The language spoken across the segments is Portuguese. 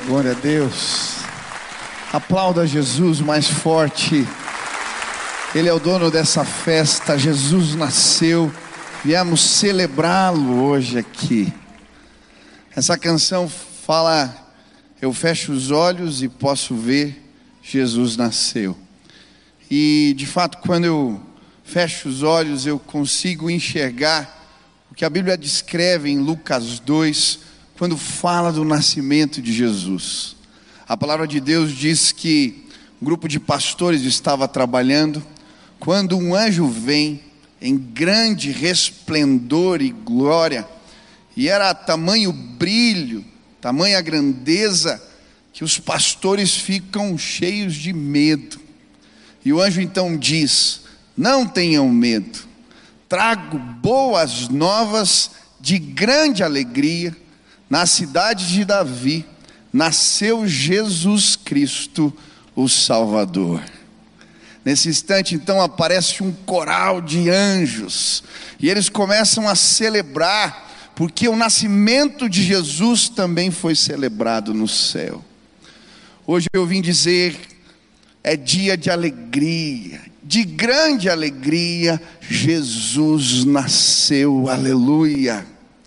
Glória a Deus. Aplauda Jesus mais forte. Ele é o dono dessa festa. Jesus nasceu. Viemos celebrá-lo hoje aqui. Essa canção fala: eu fecho os olhos e posso ver, Jesus nasceu. E de fato, quando eu fecho os olhos, eu consigo enxergar o que a Bíblia descreve em Lucas 2, quando fala do nascimento de Jesus. A palavra de Deus diz que um grupo de pastores estava trabalhando, quando um anjo vem em grande resplendor e glória, e era tamanho brilho, tamanha grandeza, que os pastores ficam cheios de medo. E o anjo então diz: não tenham medo, trago boas novas de grande alegria. Na cidade de Davi nasceu Jesus Cristo, o Salvador. Nesse instante então aparece um coral de anjos, e eles começam a celebrar, porque o nascimento de Jesus também foi celebrado no céu. Hoje eu vim dizer: é dia de alegria, de grande alegria. Jesus nasceu, aleluia.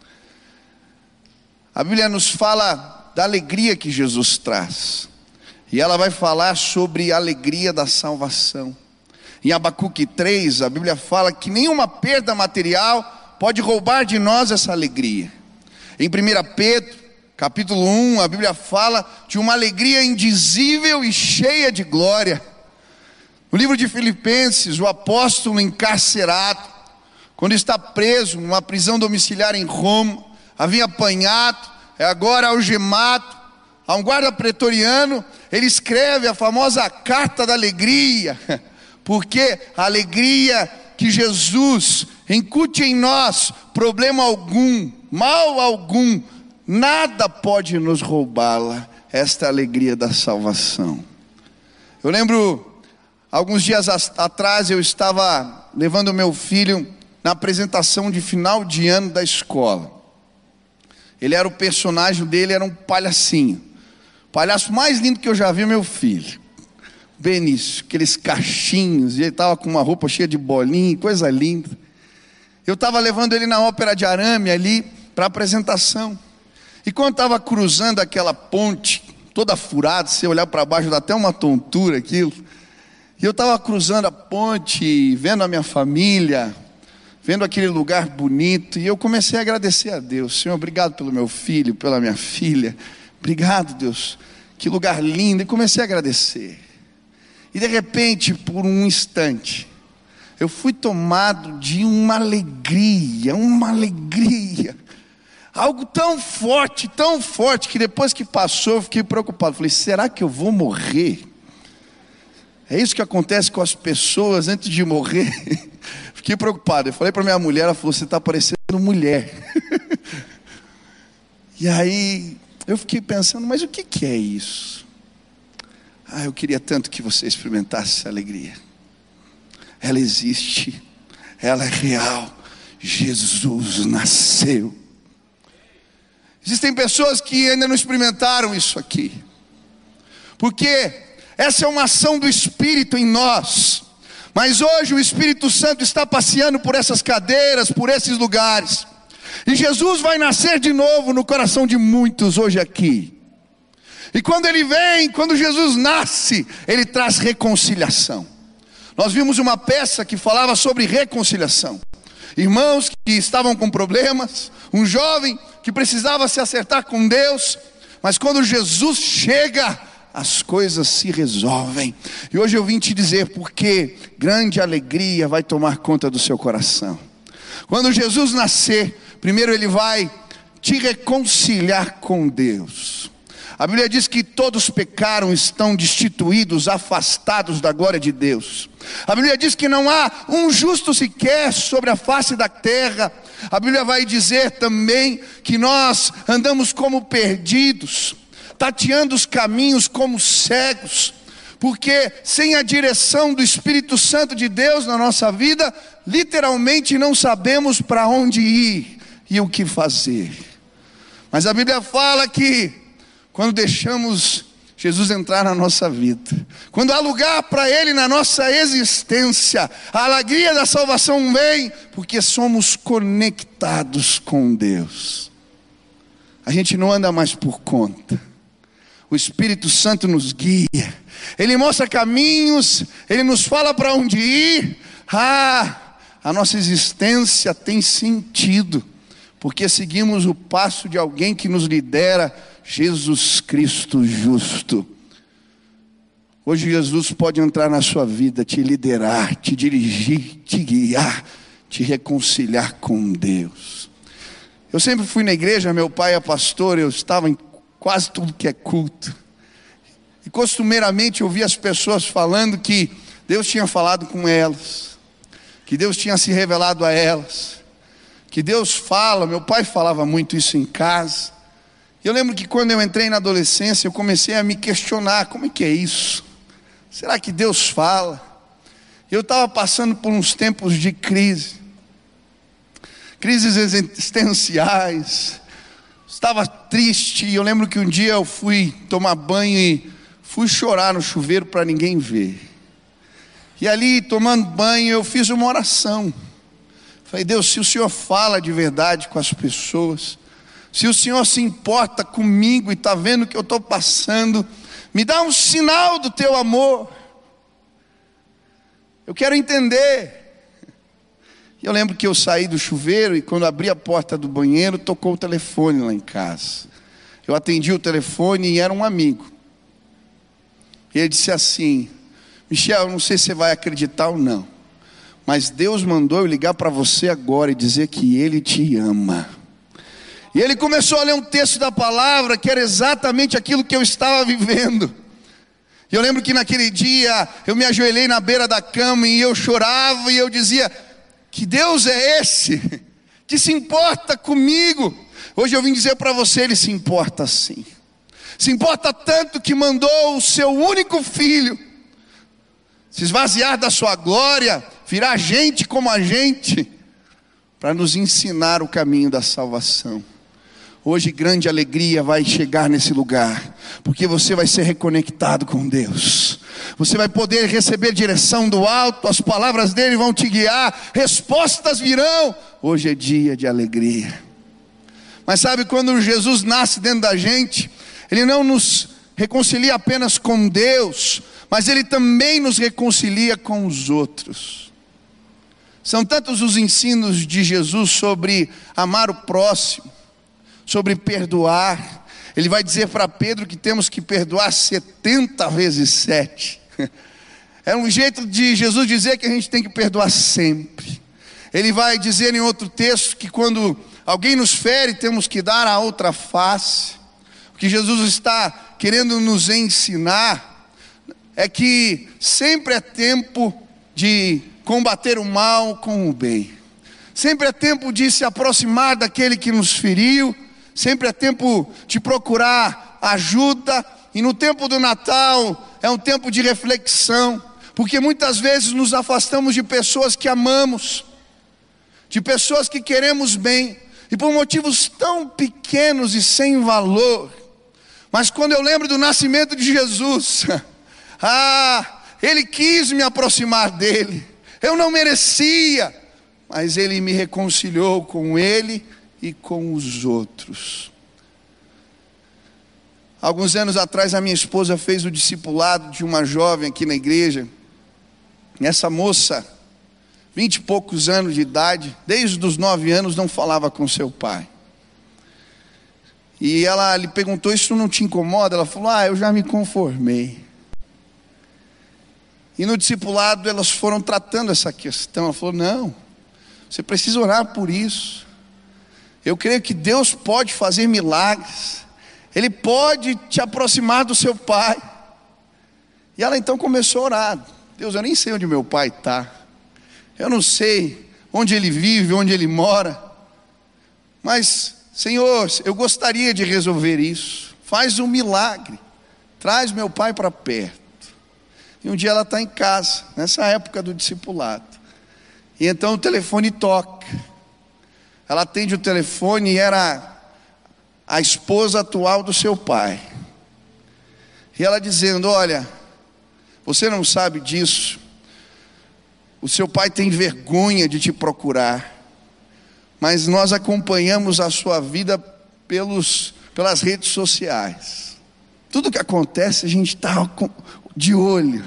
A Bíblia nos fala da alegria que Jesus traz, e ela vai falar sobre a alegria da salvação. Em Abacuque 3, a Bíblia fala que nenhuma perda material pode roubar de nós essa alegria. Em 1 Pedro, capítulo 1, a Bíblia fala de uma alegria indizível e cheia de glória. No livro de Filipenses, o apóstolo encarcerado, quando está preso numa prisão domiciliar em Roma, havia apanhado, agora algemado, a um guarda pretoriano, ele escreve a famosa carta da alegria, porque a alegria que Jesus incute em nós, problema algum, mal algum, nada pode nos roubá-la, esta alegria da salvação. Eu lembro, alguns dias atrás, eu estava levando meu filho na apresentação de final de ano da escola. Ele era o personagem dele, era um palhacinho. O palhaço mais lindo que eu já vi, meu filho. Benício, aqueles cachinhos, e ele estava com uma roupa cheia de bolinha, coisa linda. Eu estava levando ele na ópera de arame ali, para a apresentação. E quando estava cruzando aquela ponte, toda furada, se olhar para baixo dá até uma tontura aquilo. E eu estava cruzando a ponte, vendo a minha família, vendo aquele lugar bonito, e eu comecei a agradecer a Deus. Senhor, obrigado pelo meu filho, pela minha filha. Obrigado, Deus, que lugar lindo. E comecei a agradecer. E de repente, por um instante, eu fui tomado de uma alegria, algo tão forte, que depois que passou, eu fiquei preocupado. Falei: será que eu vou morrer? É isso que acontece com as pessoas antes de morrer. Fiquei preocupado. Eu falei para minha mulher, ela falou: você está parecendo mulher. E aí eu fiquei pensando: mas o que é isso? Eu queria tanto que você experimentasse essa alegria. Ela existe, ela é real. Jesus nasceu. Existem pessoas que ainda não experimentaram isso aqui, porque essa é uma ação do Espírito em nós. Mas hoje o Espírito Santo está passeando por essas cadeiras, por esses lugares, e Jesus vai nascer de novo no coração de muitos hoje aqui. E quando Ele vem, quando Jesus nasce, Ele traz reconciliação. Nós vimos uma peça que falava sobre reconciliação. Irmãos que estavam com problemas, um jovem que precisava se acertar com Deus, mas quando Jesus chega, as coisas se resolvem. E hoje eu vim te dizer porque grande alegria vai tomar conta do seu coração. Quando Jesus nascer, primeiro Ele vai te reconciliar com Deus. A Bíblia diz que todos pecaram, estão destituídos, afastados da glória de Deus. A Bíblia diz que não há um justo sequer sobre a face da terra. A Bíblia vai dizer também que nós andamos como perdidos, tateando os caminhos como cegos, porque sem a direção do Espírito Santo de Deus na nossa vida, literalmente não sabemos para onde ir e o que fazer. Mas a Bíblia fala que quando deixamos Jesus entrar na nossa vida, quando há lugar para Ele na nossa existência, a alegria da salvação vem, porque somos conectados com Deus. A gente não anda mais por conta, o Espírito Santo nos guia, Ele mostra caminhos, Ele nos fala para onde ir. A nossa existência tem sentido, porque seguimos o passo de alguém que nos lidera, Jesus Cristo justo. Hoje Jesus pode entrar na sua vida, te liderar, te dirigir, te guiar, te reconciliar com Deus. Eu sempre fui na igreja, meu pai é pastor, eu estava em quase tudo que é culto. E costumeiramente eu via as pessoas falando que Deus tinha falado com elas, que Deus tinha se revelado a elas, que Deus fala. Meu pai falava muito isso em casa. Eu lembro que quando eu entrei na adolescência, eu comecei a me questionar, como é que é isso? Será que Deus fala? Eu estava passando por uns tempos de crises existenciais, estava triste, e eu lembro que um dia eu fui tomar banho e fui chorar no chuveiro para ninguém ver. E ali, tomando banho, eu fiz uma oração. Falei: Deus, se o Senhor fala de verdade com as pessoas, se o Senhor se importa comigo e está vendo o que eu estou passando, me dá um sinal do teu amor. Eu quero entender. E eu lembro que eu saí do chuveiro e quando abri a porta do banheiro, tocou o telefone lá em casa. Eu atendi o telefone e era um amigo. E ele disse assim: Michel, eu não sei se você vai acreditar ou não, mas Deus mandou eu ligar para você agora e dizer que Ele te ama. E ele começou a ler um texto da palavra que era exatamente aquilo que eu estava vivendo. E eu lembro que naquele dia eu me ajoelhei na beira da cama e eu chorava e eu dizia: que Deus é esse que se importa comigo? Hoje eu vim dizer para você, Ele se importa sim. Se importa tanto que mandou o seu único filho se esvaziar da sua glória, virar gente como a gente, para nos ensinar o caminho da salvação. Hoje grande alegria vai chegar nesse lugar, porque você vai ser reconectado com Deus. Você vai poder receber direção do alto, as palavras dele vão te guiar, respostas virão. Hoje é dia de alegria. Mas sabe, quando Jesus nasce dentro da gente, Ele não nos reconcilia apenas com Deus, mas Ele também nos reconcilia com os outros. São tantos os ensinos de Jesus sobre amar o próximo, sobre perdoar. Ele vai dizer para Pedro que temos que perdoar 70 vezes 7. É um jeito de Jesus dizer que a gente tem que perdoar sempre. Ele vai dizer em outro texto que quando alguém nos fere, temos que dar a outra face. O que Jesus está querendo nos ensinar é que sempre é tempo de combater o mal com o bem. Sempre é tempo de se aproximar daquele que nos feriu. Sempre é tempo de procurar ajuda. E no tempo do Natal é um tempo de reflexão, porque muitas vezes nos afastamos de pessoas que amamos, de pessoas que queremos bem, e por motivos tão pequenos e sem valor. Mas quando eu lembro do nascimento de Jesus, Ele quis me aproximar dele. Eu não merecia, mas Ele me reconciliou com Ele e com os outros. Alguns anos atrás a minha esposa fez o discipulado de uma jovem aqui na igreja. E essa moça, 20 e poucos anos de idade, desde os 9 anos não falava com seu pai. E ela lhe perguntou: isso não te incomoda? Ela falou: eu já me conformei. E no discipulado elas foram tratando essa questão. Ela falou: não, você precisa orar por isso. Eu creio que Deus pode fazer milagres. Ele pode te aproximar do seu pai. E ela então começou a orar: Deus, eu nem sei onde meu pai está. Eu não sei onde ele vive, onde ele mora. Mas, Senhor, eu gostaria de resolver isso. Faz um milagre. Traz meu pai para perto. E um dia ela está em casa, nessa época do discipulado. E então o telefone toca. Ela atende o telefone e era a esposa atual do seu pai. E ela dizendo: olha, você não sabe disso, o seu pai tem vergonha de te procurar, mas nós acompanhamos a sua vida pelas redes sociais. Tudo que acontece a gente está de olho.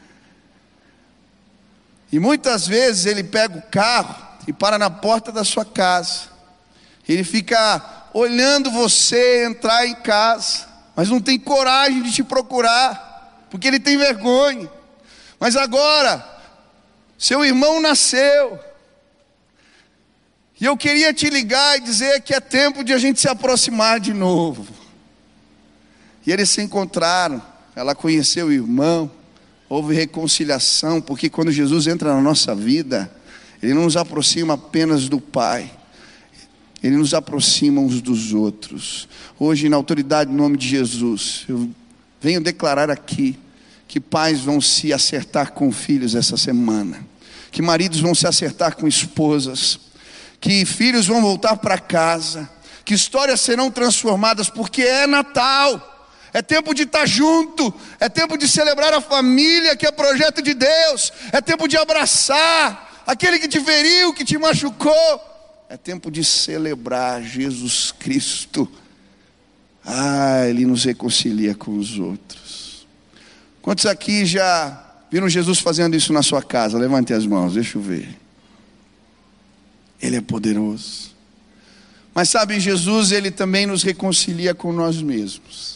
E muitas vezes ele pega o carro e para na porta da sua casa. Ele fica olhando você entrar em casa, mas não tem coragem de te procurar, porque ele tem vergonha. Mas agora, seu irmão nasceu, e eu queria te ligar e dizer que é tempo de a gente se aproximar de novo. E eles se encontraram, ela conheceu o irmão, houve reconciliação, porque quando Jesus entra na nossa vida, Ele não nos aproxima apenas do Pai, Ele nos aproxima uns dos outros. Hoje, na autoridade, em nome de Jesus, eu venho declarar aqui que pais vão se acertar com filhos essa semana, que maridos vão se acertar com esposas, que filhos vão voltar para casa, que histórias serão transformadas, porque é Natal. É tempo de estar junto, é tempo de celebrar a família, que é projeto de Deus, é tempo de abraçar aquele que te feriu, que te machucou, é tempo de celebrar Jesus Cristo. Ele nos reconcilia com os outros. Quantos aqui já viram Jesus fazendo isso na sua casa? Levante as mãos, deixa eu ver. Ele é poderoso. Mas sabe, Jesus, Ele também nos reconcilia com nós mesmos.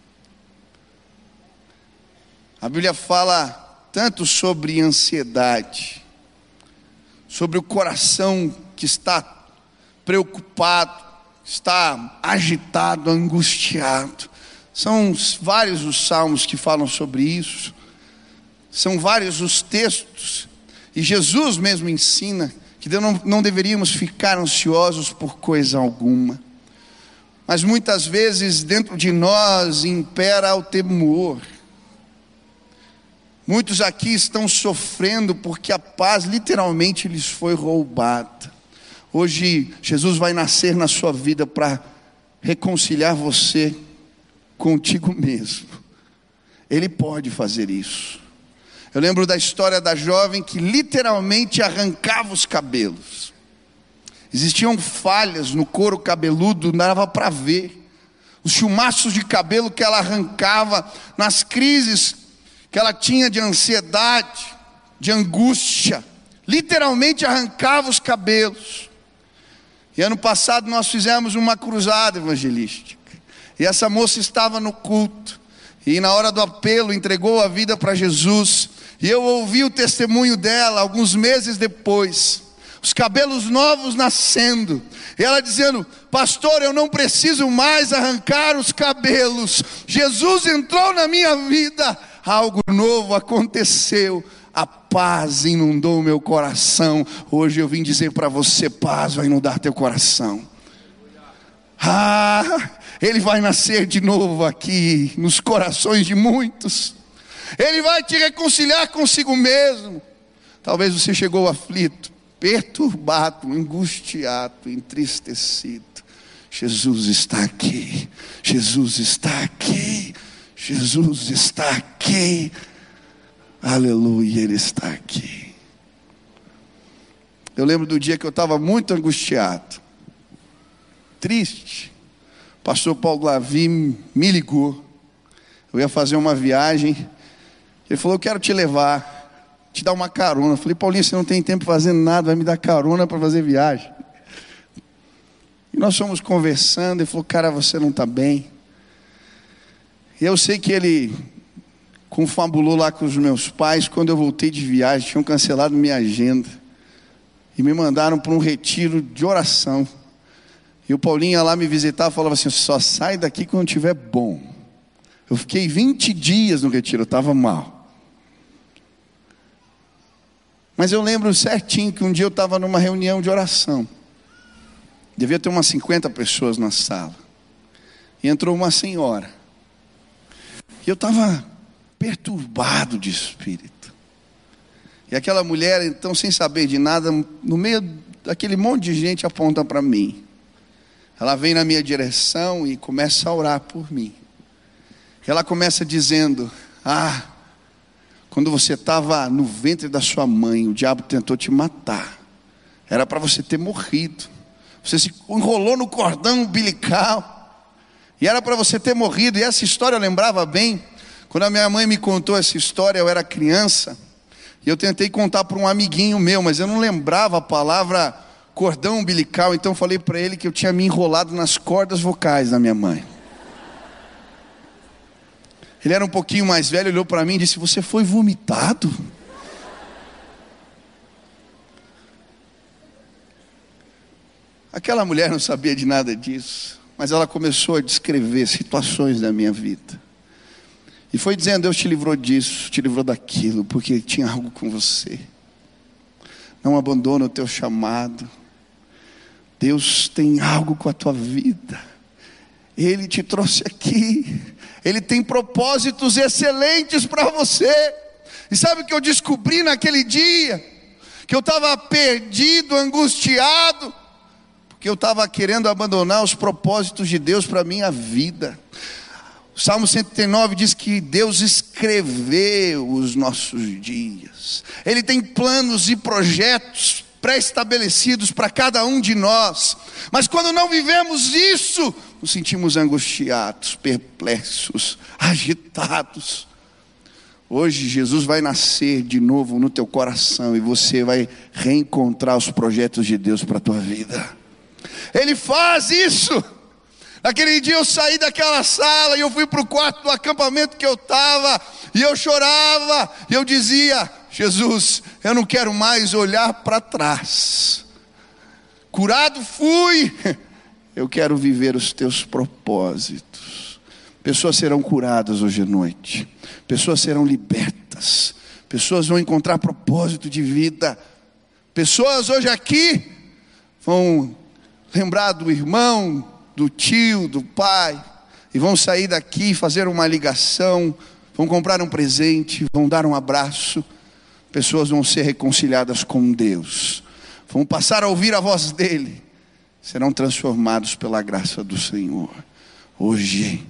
A Bíblia fala tanto sobre ansiedade, sobre o coração que está preocupado, está agitado, angustiado. São vários os salmos que falam sobre isso, são vários os textos, e Jesus mesmo ensina que não deveríamos ficar ansiosos por coisa alguma. Mas muitas vezes dentro de nós impera o temor. Muitos aqui estão sofrendo porque a paz literalmente lhes foi roubada. Hoje Jesus vai nascer na sua vida para reconciliar você contigo mesmo. Ele pode fazer isso. Eu lembro da história da jovem que literalmente arrancava os cabelos. Existiam falhas no couro cabeludo, não dava para ver. Os chumaços de cabelo que ela arrancava nas crises que ela tinha de ansiedade, de angústia, literalmente arrancava os cabelos. E ano passado nós fizemos uma cruzada evangelística, e essa moça estava no culto, e na hora do apelo entregou a vida para Jesus, e eu ouvi o testemunho dela alguns meses depois, os cabelos novos nascendo, e ela dizendo: pastor, eu não preciso mais arrancar os cabelos, Jesus entrou na minha vida, algo novo aconteceu, a paz inundou o meu coração. Hoje eu vim dizer para você: paz vai inundar teu coração. Ele vai nascer de novo aqui nos corações de muitos. Ele vai te reconciliar consigo mesmo. Talvez você chegou aflito, perturbado, angustiado, entristecido. Jesus está aqui, Jesus está aqui, Jesus está aqui, aleluia, Ele está aqui. Eu lembro do dia que eu estava muito angustiado, triste. O pastor Paulo Glavi me ligou, eu ia fazer uma viagem, ele falou: eu quero te levar, te dar uma carona. Eu falei: Paulinho, você não tem tempo fazendo nada, vai me dar carona para fazer viagem? E nós fomos conversando, ele falou: cara, você não está bem. E eu sei que ele confabulou lá com os meus pais. Quando eu voltei de viagem, tinham cancelado minha agenda e me mandaram para um retiro de oração. E o Paulinho ia lá me visitar e falava assim: só sai daqui quando estiver bom. Eu fiquei 20 dias no retiro, eu estava mal. Mas eu lembro certinho que um dia eu estava numa reunião de oração. Devia ter umas 50 pessoas na sala. E entrou uma senhora. E eu estava perturbado de espírito. E aquela mulher, então, sem saber de nada, no meio daquele monte de gente, aponta para mim. Ela vem na minha direção e começa a orar por mim. Ela começa dizendo: quando você estava no ventre da sua mãe, o diabo tentou te matar. Era para você ter morrido. Você se enrolou no cordão umbilical e era para você ter morrido. E essa história eu lembrava bem. Quando a minha mãe me contou essa história, eu era criança, e eu tentei contar para um amiguinho meu, mas eu não lembrava a palavra cordão umbilical. Então eu falei para ele que eu tinha me enrolado nas cordas vocais da minha mãe. Ele era um pouquinho mais velho, olhou para mim e disse: você foi vomitado? Aquela mulher não sabia de nada disso, mas ela começou a descrever situações da minha vida. E foi dizendo: Deus te livrou disso, te livrou daquilo, porque tinha algo com você. Não abandona o teu chamado. Deus tem algo com a tua vida. Ele te trouxe aqui. Ele tem propósitos excelentes para você. E sabe o que eu descobri naquele dia? Que eu estava perdido, angustiado, porque eu estava querendo abandonar os propósitos de Deus para a minha vida. O Salmo 139 diz que Deus escreveu os nossos dias. Ele tem planos e projetos pré-estabelecidos para cada um de nós. Mas quando não vivemos isso, nos sentimos angustiados, perplexos, agitados. Hoje Jesus vai nascer de novo no teu coração e você vai reencontrar os projetos de Deus para a tua vida. Ele faz isso. Naquele dia eu saí daquela sala e eu fui para o quarto do acampamento que eu estava, e eu chorava, e eu dizia: Jesus, eu não quero mais olhar para trás. Curado fui, eu quero viver os teus propósitos. Pessoas serão curadas hoje à noite, pessoas serão libertas, pessoas vão encontrar propósito de vida. Pessoas hoje aqui vão lembrar do irmão, do tio, do pai, e vão sair daqui, fazer uma ligação, vão comprar um presente, vão dar um abraço. Pessoas vão ser reconciliadas com Deus, vão passar a ouvir a voz dele, serão transformados pela graça do Senhor. Hoje,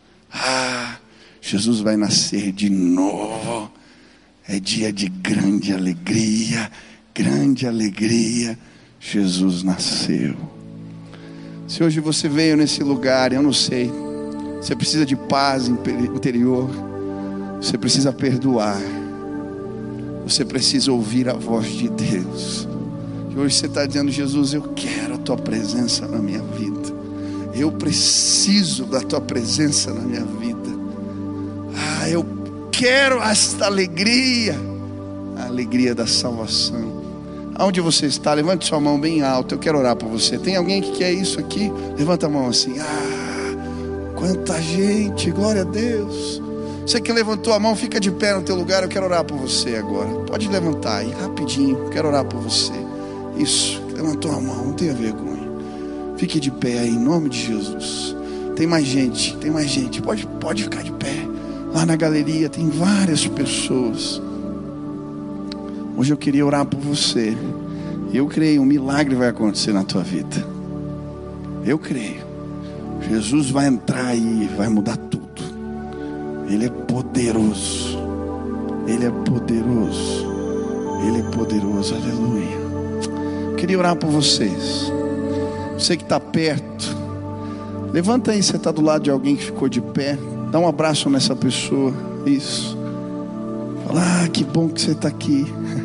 Jesus vai nascer de novo. É dia de grande alegria, grande alegria. Jesus nasceu. Se hoje você veio nesse lugar, eu não sei, você precisa de paz interior, você precisa perdoar, você precisa ouvir a voz de Deus. E hoje você está dizendo: Jesus, eu quero a tua presença na minha vida, eu preciso da tua presença na minha vida. Eu quero esta alegria, a alegria da salvação. Aonde você está, levante sua mão bem alta, eu quero orar por você. Tem alguém que quer isso aqui? Levanta a mão assim. Quanta gente, glória a Deus. Você que levantou a mão, fica de pé no teu lugar, eu quero orar por você agora. Pode levantar aí, rapidinho, quero orar por você. Isso, levantou a mão, não tenha vergonha. Fique de pé aí, em nome de Jesus. Tem mais gente, pode ficar de pé. Lá na galeria tem várias pessoas. Hoje eu queria orar por você. Eu creio, um milagre vai acontecer na tua vida. Eu creio. Jesus vai entrar aí, vai mudar tudo. Ele é poderoso. Ele é poderoso. Ele é poderoso, aleluia. Eu queria orar por vocês. Você que está perto, levanta aí, você está do lado de alguém que ficou de pé. Dá um abraço nessa pessoa. Isso. Fala: que bom que você está aqui.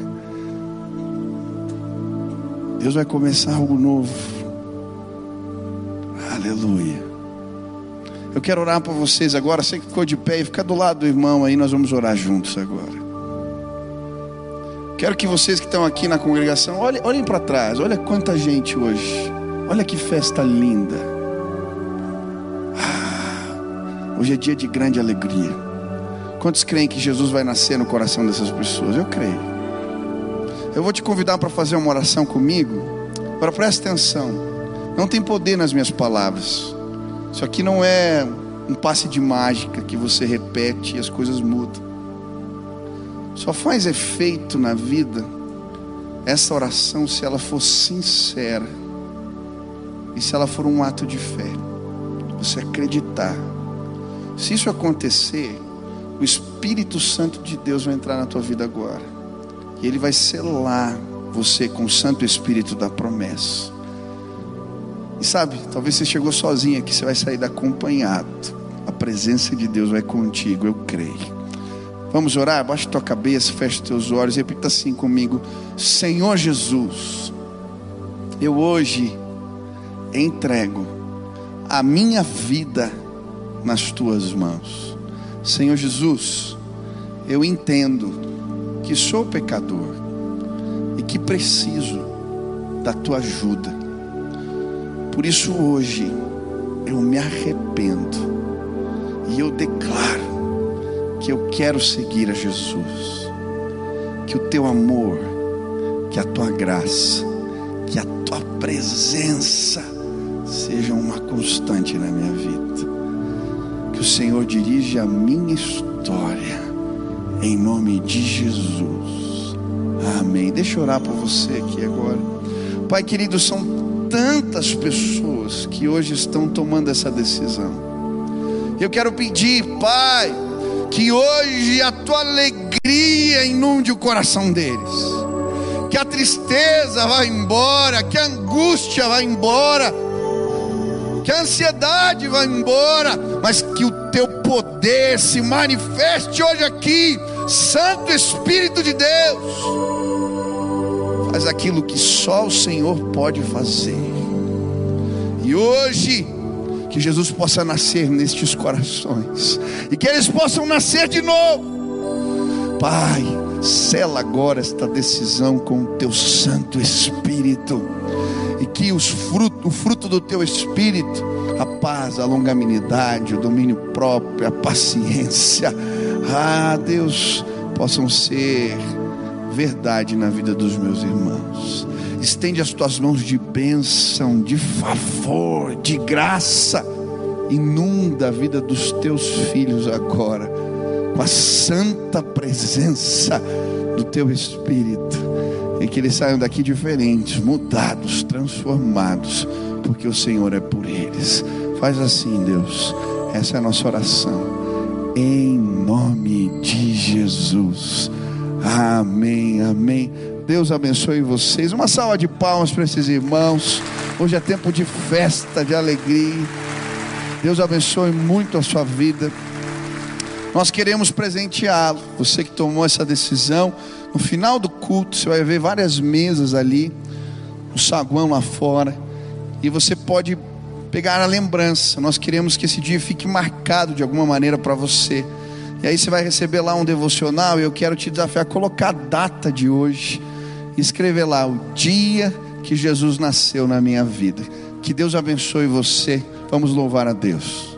Deus vai começar algo novo. Aleluia. Eu quero orar por vocês agora. Você que ficou de pé e fica do lado do irmão aí, nós vamos orar juntos agora. Quero que vocês que estão aqui na congregação olhem para trás. Olha quanta gente hoje. Olha que festa linda. Hoje é dia de grande alegria. Quantos creem que Jesus vai nascer no coração dessas pessoas? Eu creio. Eu vou te convidar para fazer uma oração comigo. Agora presta atenção. Não tem poder nas minhas palavras. Isso aqui não é um passe de mágica que você repete e as coisas mudam. Só faz efeito na vida essa oração se ela for sincera e se ela for um ato de fé. Você acreditar Se isso acontecer, o Espírito Santo de Deus vai entrar na tua vida agora, e Ele vai selar você com o Santo Espírito da promessa. E sabe, talvez você chegou sozinho aqui, você vai sair acompanhado. A presença de Deus vai contigo, eu creio. Vamos orar? Baixa tua cabeça, fecha teus olhos, repita assim comigo: Senhor Jesus, eu hoje entrego a minha vida nas tuas mãos. Senhor Jesus, eu entendo que sou pecador e que preciso da tua ajuda. Por isso hoje eu me arrependo e eu declaro que eu quero seguir a Jesus. Que o teu amor, que a tua graça, que a tua presença sejam uma constante na minha vida. Que o Senhor dirija a minha história, em nome de Jesus. Amém. Deixa eu orar por você aqui agora. Pai querido, são tantas pessoas que hoje estão tomando essa decisão. Eu quero pedir, Pai, que hoje a tua alegria inunde o coração deles, que a tristeza vá embora, que a angústia vá embora, que a ansiedade vá embora, mas que o teu poder se manifeste hoje aqui. Santo Espírito de Deus, faz aquilo que só o Senhor pode fazer. E hoje que Jesus possa nascer nestes corações, e que eles possam nascer de novo. Pai, sela agora esta decisão com o teu Santo Espírito, e que o fruto do teu Espírito, a paz, a longanimidade, o domínio próprio, a paciência, Deus, possam ser verdade na vida dos meus irmãos. Estende as tuas mãos de bênção, de favor, de graça. Inunda a vida dos teus filhos agora com a santa presença do teu Espírito, e que eles saiam daqui diferentes, mudados, transformados, porque o Senhor é por eles. Faz assim, Deus, essa é a nossa oração, em nome de Jesus. Amém, amém. Deus abençoe vocês. Uma salva de palmas para esses irmãos. Hoje é tempo de festa, de alegria. Deus abençoe muito a sua vida. Nós queremos presenteá-lo. Você que tomou essa decisão, no final do culto você vai ver várias mesas ali, o saguão lá fora, e você pode pegar a lembrança. Nós queremos que esse dia fique marcado de alguma maneira para você. E aí você vai receber lá um devocional, e eu quero te desafiar a colocar a data de hoje, escrever lá o dia que Jesus nasceu na minha vida. Que Deus abençoe você. Vamos louvar a Deus.